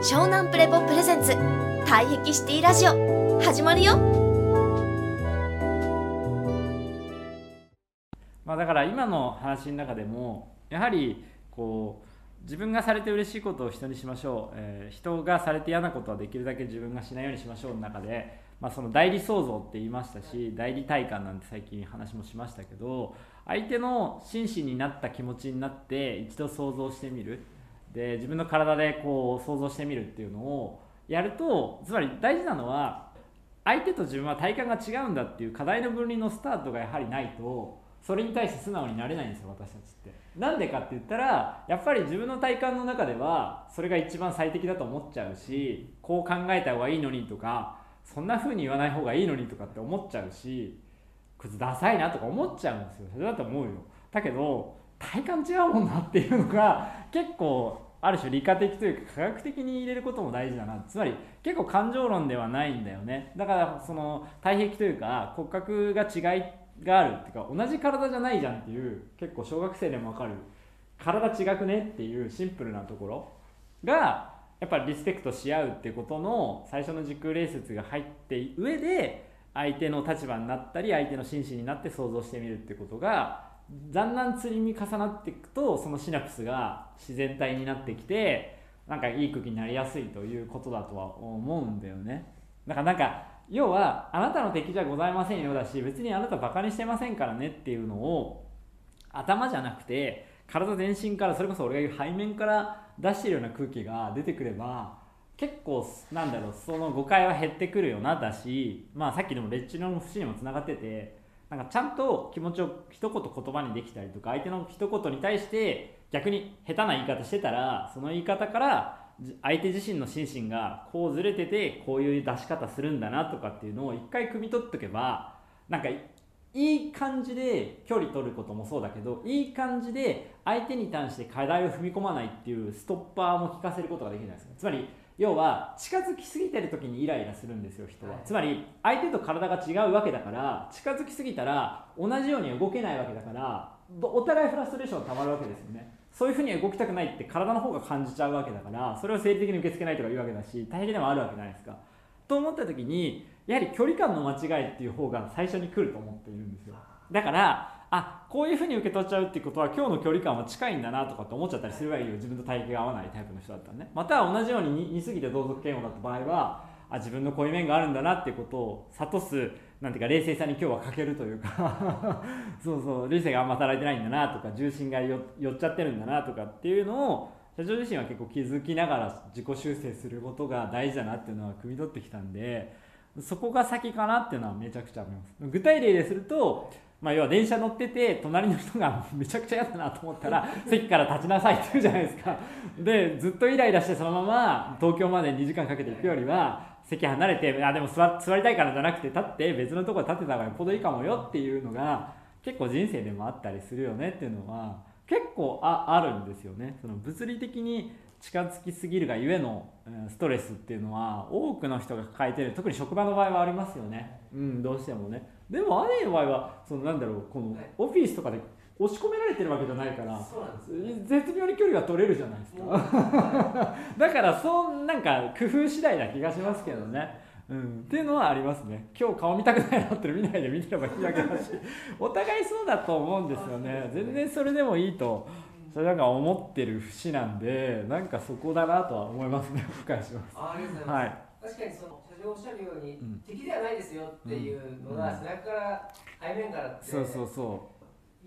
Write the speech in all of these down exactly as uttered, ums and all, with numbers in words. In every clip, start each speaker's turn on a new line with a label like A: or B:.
A: 湘南プレポプレゼンツ退癖シティラジオ始まるよ。
B: まあ、だから今の話の中でもやはりこう自分がされて嬉しいことを人にしましょう、えー、人がされて嫌なことはできるだけ自分がしないようにしましょうの中で、まあ、その代理創造って言いましたし、代理体感なんて最近話もしましたけど、相手の真摯になった気持ちになって一度想像してみる、で自分の体でこう想像してみるっていうのをやると、つまり大事なのは相手と自分は体感が違うんだっていう課題の分離のスタートがやはりないと、それに対して素直になれないんですよ、私たちって。なんでかって言ったら、やっぱり自分の体感の中ではそれが一番最適だと思っちゃうし、こう考えた方がいいのにとか、そんな風に言わない方がいいのにとかって思っちゃうし、こいつダサいなとか思っちゃうんですよ。それだと思うよ。だけど体感違うもんなっていうのが結構ある種理科的というか科学的に入れることも大事だな。つまり結構感情論ではないんだよね。だからその体癖というか骨格が違いがあるっていうか、同じ体じゃないじゃんっていう、結構小学生でも分かる体違くねっていうシンプルなところがやっぱりリスペクトし合うっていうことの最初の時空礼節が入って上で、相手の立場になったり相手の真摯になって想像してみるってことがだんだん積み重なっていくと、そのシナプスが自然体になってきて、なんかいい空気になりやすいということだとは思うんだよね。だからなんか要はあなたの敵じゃございませんよだし、別にあなたバカにしてませんからねっていうのを頭じゃなくて体全身から、それこそ俺が言う背面から出しているような空気が出てくれば、結構なんだろう、その誤解は減ってくるよなだし、まあさっきでもレッチリの節にもつながってて、なんかちゃんと気持ちを一言言葉にできたりとか、相手の一言に対して逆に下手な言い方してたら、その言い方から相手自身の心身がこうずれてて、こういう出し方するんだなとかっていうのを一回汲み取っとけば、なんかいい感じで距離取ることもそうだけど、いい感じで相手に対して課題を踏み込まないっていうストッパーも効かせることができるじゃないですか。つまり要は近づきすぎてる時にイライラするんですよ、人は。つまり相手と体が違うわけだから、近づきすぎたら同じように動けないわけだから、お互いフラストレーションがたまるわけですよね。そういうふうに動きたくないって体の方が感じちゃうわけだから、それを生理的に受け付けないとか言うわけだし、大変でもあるわけじゃないですか。と思った時に、やはり距離感の間違いっていう方が最初に来ると思っているんですよ。だからあ、こういう風に受け取っちゃうっていうことは今日の距離感は近いんだなとかって思っちゃったりするわけよ、自分と体型が合わないタイプの人だったらね。または同じように似すぎて同族嫌悪だった場合は、あ、自分のこういう面があるんだなっていうことを諭す、なんていうか冷静さに今日は欠けるというかそうそう、理性があんま働いてないんだなとか、重心がよ寄っちゃってるんだなとかっていうのを社長自身は結構気づきながら自己修正することが大事だなっていうのは汲み取ってきたんで、そこが先かなっていうのはめちゃくちゃ思います。具体例ですると、まあ、要は電車乗ってて隣の人がめちゃくちゃ嫌だなと思ったら席から立ちなさいって言うじゃないですか。でずっとイライラしてそのまま東京までにじかんかけて行くよりは、席離れて、あでも 座, 座りたいからじゃなくて立って別のところで立ってた方がよっぽどいいかもよっていうのが結構人生でもあったりするよねっていうのは結構 あ, あるんですよね。その物理的に近づきすぎるがゆえのストレスっていうのは多くの人が抱えている、特に職場の場合はありますよね。うん、どうしてもね。でもアネの場合はそのなんだろう、このオフィスとかで押し込められてるわけじゃないから、絶妙に距離は取れるじゃないですかだからそうなんか工夫次第な気がしますけどね。うん、っていうのはありますね。今日顔見たくないなって見ないで見てればいいだけだしお互いそうだと思うんですよね。全然それでもいいとそれなんか思ってる節なんで、なんかそこだなとは思いますね。深いします。
C: ありがとうございます。はい、確かにその社長おっしゃるように、うん、敵ではないですよっていうのが、うん、背中から背面からって、
B: そうそうそう、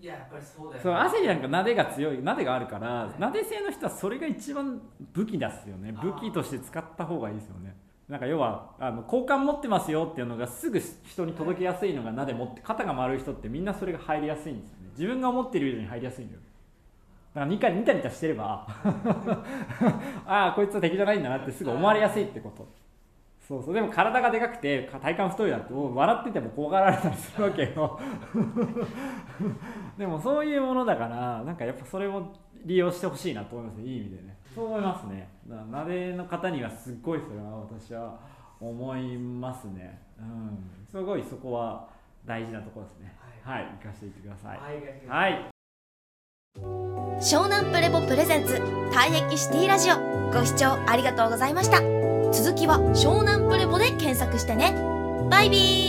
C: いややっぱりそうだよね。
B: そう、汗になんかなでが強い、なでがあるから、なで性の人はそれが一番武器ですよね。武器として使った方がいいですよね。なんか要はあの好感持ってますよっていうのがすぐ人に届きやすいのがなで持って、肩が丸い人ってみんなそれが入りやすいんですよね。自分が思っている以上に入りやすいんだよ。だからニカニタニタしてればああこいつは敵じゃないんだなってすぐ思われやすいってこと。そうそう。でも体がでかくて体幹太いだと笑ってても怖がられたりするわけよでもそういうものだから、なんかやっぱそれも利用してほしいなと思いますね。いい意味でね。そう思いますね。だからなでの方にはすっごいそれは私は思いますね。うん、すごいそこは大事なところですね。はい、はい、生かしていってください。はい、はい、
A: 湘南プレポプレゼンツ退役シティラジオ、ご視聴ありがとうございました。続きは湘南プレボで検索してね。バイビー。